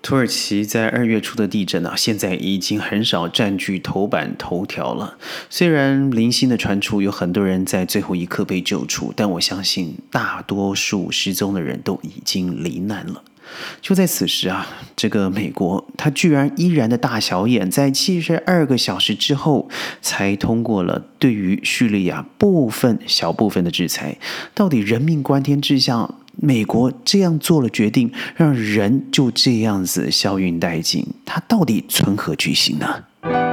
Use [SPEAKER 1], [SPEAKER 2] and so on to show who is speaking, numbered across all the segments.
[SPEAKER 1] 土耳其在2月初的地震现在已经很少占据头版头条了。虽然零星的传出有很多人在最后一刻被救出，但我相信大多数失踪的人都已经罹难了。就在此时这个美国它居然依然的大小眼，在72个小时之后才通过了对于叙利亚小部分的制裁。到底人命关天之下，美国这样做了决定，让人就这样子消云殆尽，它到底存何居心呢？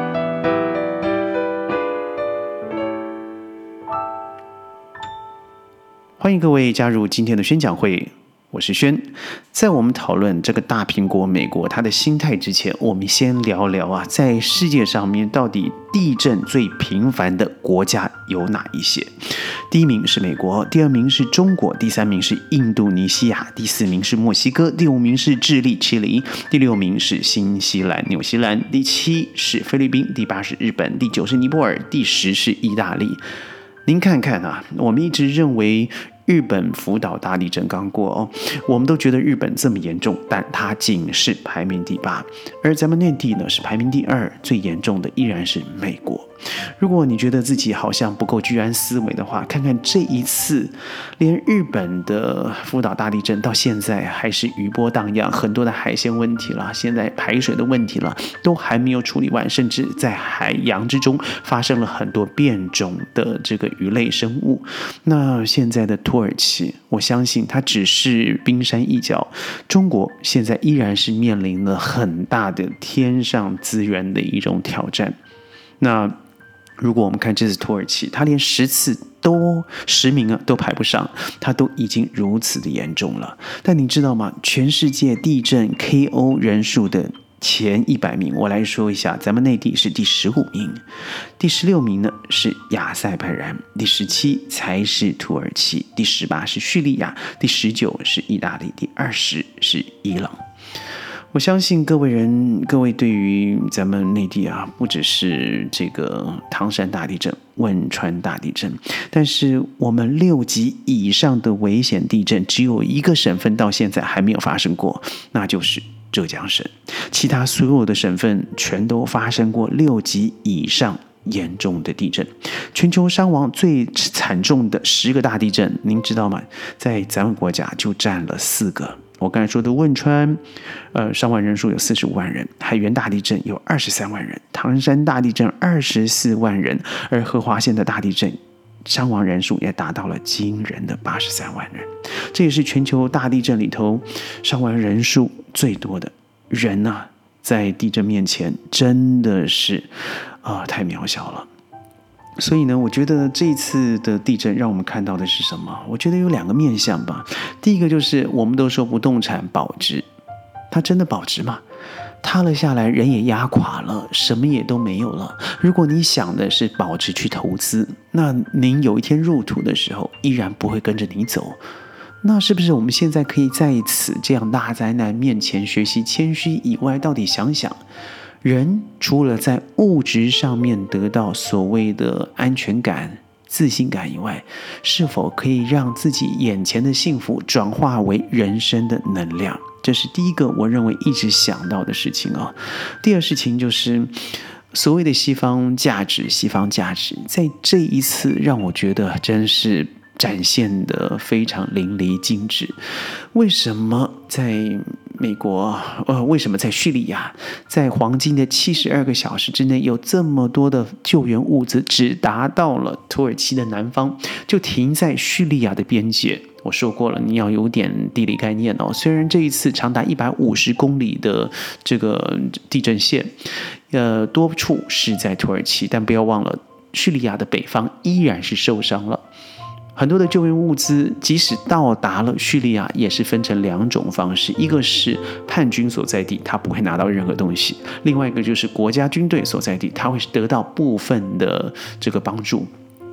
[SPEAKER 1] 欢迎各位加入今天的宣讲会，我是轩。在我们讨论这个大苹果美国它的心态之前，我们先聊聊在世界上面到底地震最频繁的国家有哪一些。第一名是美国，第二名是中国，第三名是印度尼西亚，第四名是墨西哥，第五名是智利智利，第六名是新西兰纽西兰，第七是菲律宾，第八是日本，第九是尼泊尔，第10是意大利。您看看我们一直认为日本福岛大地震刚过我们都觉得日本这么严重，但它仅是排名第8，而咱们内地呢是排名第2，最严重的依然是美国。如果你觉得自己好像不够居安思危的话，看看这一次连日本的福岛大地震到现在还是余波荡漾，很多的海鲜问题了，现在排水的问题了都还没有处理完，甚至在海洋之中发生了很多变种的这个鱼类生物。那现在的土耳其，我相信它只是冰山一角，中国现在依然是面临了很大的天上资源的一种挑战。那如果我们看这次土耳其，它连10名都排不上，它都已经如此的严重了。但你知道吗？全世界地震 KO 人数的前100名，我来说一下，咱们内地是第15名，第16名呢是亚塞拜然，第17才是土耳其，第18是叙利亚，第19是意大利，第20是伊朗。我相信各位对于咱们内地不只是这个唐山大地震、汶川大地震，但是我们6级以上的危险地震只有一个省份到现在还没有发生过，那就是浙江省。其他所有的省份全都发生过6级以上严重的地震。全球伤亡最惨重的10个大地震，您知道吗？在咱们国家就占了4个。我刚才说的汶川伤亡人数有45万人，海原大地震有23万人，唐山大地震24万人，而荷花县的大地震伤亡人数也达到了惊人的83万人。这也是全球大地震里头伤亡人数最多的。人在地震面前真的是太渺小了。所以呢，我觉得这一次的地震让我们看到的是什么？我觉得有2个面向吧。第一个就是我们都说不动产保值，它真的保值吗？塌了下来，人也压垮了，什么也都没有了。如果你想的是保值去投资，那您有一天入土的时候依然不会跟着你走。那是不是我们现在可以在此这样大灾难面前学习谦虚以外，到底想想人除了在物质上面得到所谓的安全感、自信感以外，是否可以让自己眼前的幸福转化为人生的能量？这是第一个我认为一直想到的事情第二事情就是所谓的西方价值，在这一次让我觉得真是展现得非常淋漓尽致。为什么在美国为什么在叙利亚在黄金的72个小时之内有这么多的救援物资只达到了土耳其的南方，就停在叙利亚的边界？我说过了，你要有点地理概念虽然这一次长达150公里的这个地震线多处是在土耳其，但不要忘了叙利亚的北方依然是受伤了。很多的救援物资即使到达了叙利亚，也是分成2种方式，一个是叛军所在地，他不会拿到任何东西；另外一个就是国家军队所在地，他会得到部分的这个帮助。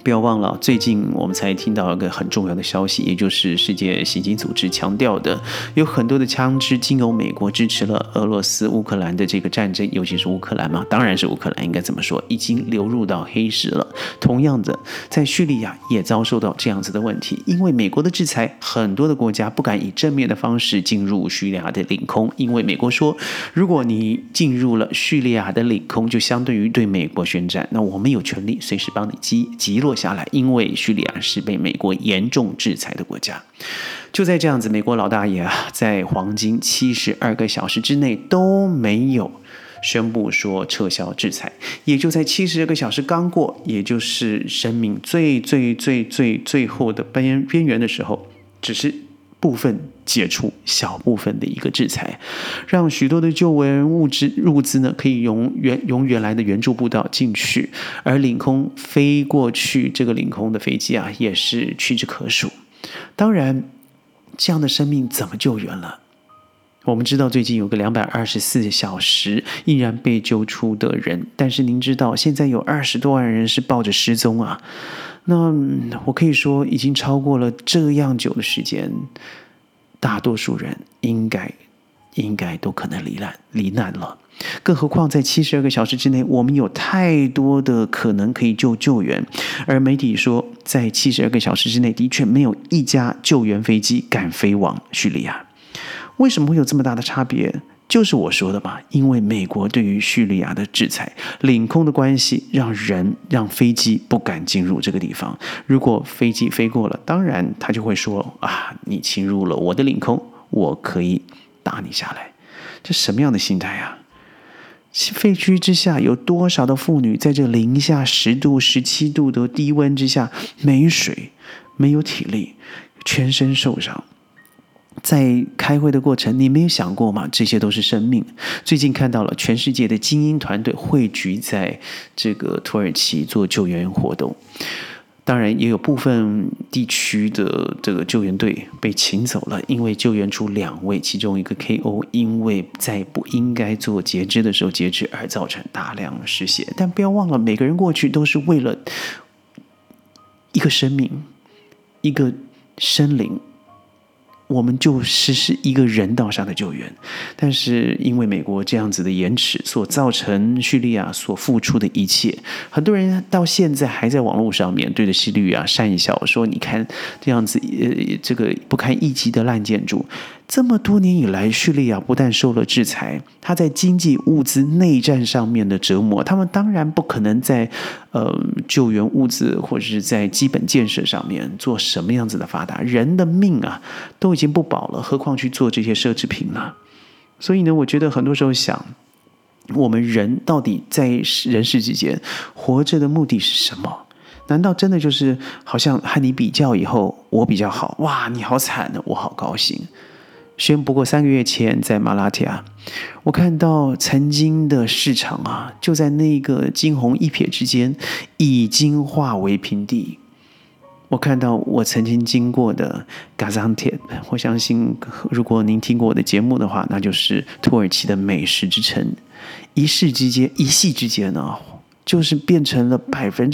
[SPEAKER 1] 不要忘了，最近我们才听到一个很重要的消息，也就是世界刑警组织强调的，有很多的枪支经由美国支持了俄罗斯乌克兰的这个战争，尤其是乌克兰嘛，当然是乌克兰，应该这么说，已经流入到黑市了。同样的，在叙利亚也遭受到这样子的问题，因为美国的制裁，很多的国家不敢以正面的方式进入叙利亚的领空，因为美国说，如果你进入了叙利亚的领空，就相对于对美国宣战，那我们有权利随时帮你击落下来，因为叙利亚是被美国严重制裁的国家。就在这样子，美国老大爷在黄金72个小时之内都没有宣布说撤销制裁，也就在72个小时刚过，也就是生命最后的边缘的时候，只是部分解除小部分的一个制裁，让许多的救援物资呢可以用原来的援助步道进去，而领空飞过去这个领空的飞机也是屈指可数。当然，这样的生命怎么救援了？我们知道最近有个224小时依然被救出的人，但是您知道现在有20多万人是抱着失踪啊。那我可以说已经超过了这样久的时间，大多数人应该都可能罹难了。更何况在72个小时之内，我们有太多的可能可以救援，而媒体说在72个小时之内的确没有一架救援飞机敢飞往叙利亚。为什么会有这么大的差别？就是我说的嘛，因为美国对于叙利亚的制裁，领空的关系让飞机不敢进入这个地方。如果飞机飞过了，当然他就会说你侵入了我的领空，我可以打你下来。这什么样的心态啊？废墟之下有多少的妇女在这零下10度、17度的低温之下，没水，没有体力，全身受伤。在开会的过程，你没有想过吗？这些都是生命。最近看到了全世界的精英团队汇聚在这个土耳其做救援活动，当然也有部分地区的这个救援队被请走了，因为救援出2位，其中一个 KO 因为在不应该做截肢的时候截肢而造成大量失血。但不要忘了，每个人过去都是为了一个生命，一个生灵，我们就实施一个人道上的救援。但是因为美国这样子的延迟所造成叙利亚所付出的一切，很多人到现在还在网络上面对着叙利亚讪笑，说你看这样子这个不堪一击的烂建筑。这么多年以来，叙利亚不但受了制裁，他在经济物资内战上面的折磨，他们当然不可能在救援物资或者是在基本建设上面做什么样子的发达，人的命都已经不保了，何况去做这些奢侈品呢？所以呢，我觉得很多时候想，我们人到底在人世之间活着的目的是什么？难道真的就是好像和你比较以后我比较好，哇，你好惨呢，我好高兴？不过3个月前在马拉提亚，我看到曾经的市场就在那个惊鸿一瞥之间已经化为平地。我看到我曾经经过的嘎桑铁，我相信如果您听过我的节目的话，那就是土耳其的美食之城。一夕之间就是变成了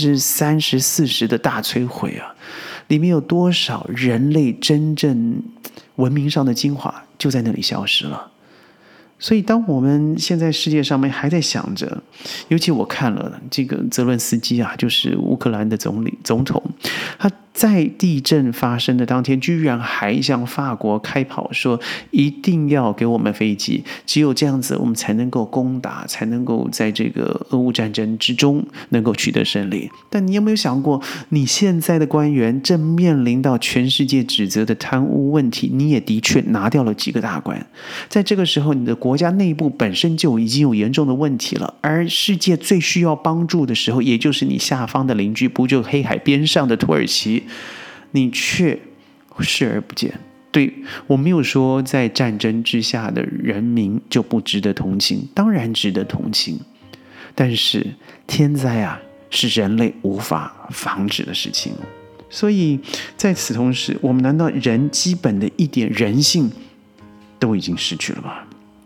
[SPEAKER 1] 30-40%的大摧毁里面有多少人类真正文明上的精华就在那里消失了。所以当我们现在世界上面还在想着，尤其我看了这个泽伦斯基就是乌克兰的总统，他在地震发生的当天居然还向法国开跑，说一定要给我们飞机，只有这样子我们才能够攻打，才能够在这个俄乌战争之中能够取得胜利。但你有没有想过，你现在的官员正面临到全世界指责的贪污问题，你也的确拿掉了几个大官，在这个时候你的国家内部本身就已经有严重的问题了，而世界最需要帮助的时候，也就是你下方的邻居，不就黑海边上的土耳其，你却视而不见。对，我没有说在战争之下的人民就不值得同情，当然值得同情，但是天灾是人类无法防止的事情。所以在此同时，我们难道人基本的一点人性都已经失去了吗？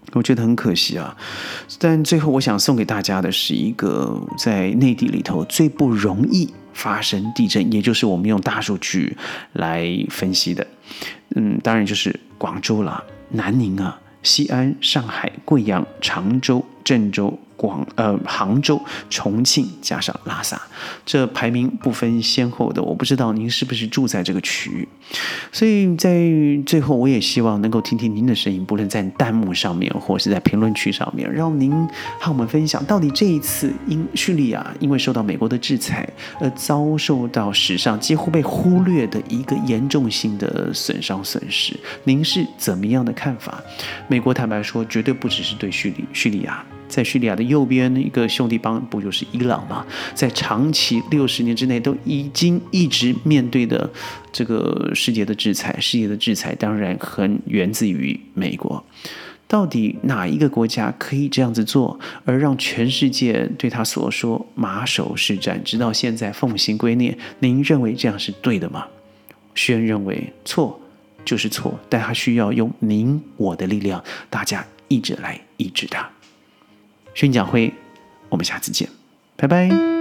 [SPEAKER 1] 我觉得很可惜啊。但最后我想送给大家的是一个在内地里头最不容易发生地震，也就是我们用大数据来分析的。当然就是广州啦、南宁啊、西安、上海、贵阳、常州、郑州、杭州、重庆加上拉萨，这排名不分先后的，我不知道您是不是住在这个区域。所以在最后，我也希望能够听听您的声音，不论在弹幕上面，或是在评论区上面，让您和我们分享，到底这一次叙利亚因为受到美国的制裁而遭受到史上几乎被忽略的一个严重性的损失，您是怎么样的看法？美国坦白说，绝对不只是对叙利亚。在叙利亚的右边一个兄弟邦不就是伊朗吗？在长期60年之内都已经一直面对的这个世界的制裁，当然很源自于美国。到底哪一个国家可以这样子做，而让全世界对他所说马首是瞻，直到现在奉行圭臬？您认为这样是对的吗？轩认为错就是错，但他需要用您我的力量，大家一直来抑制它。宣讲会，我们下次见，拜拜。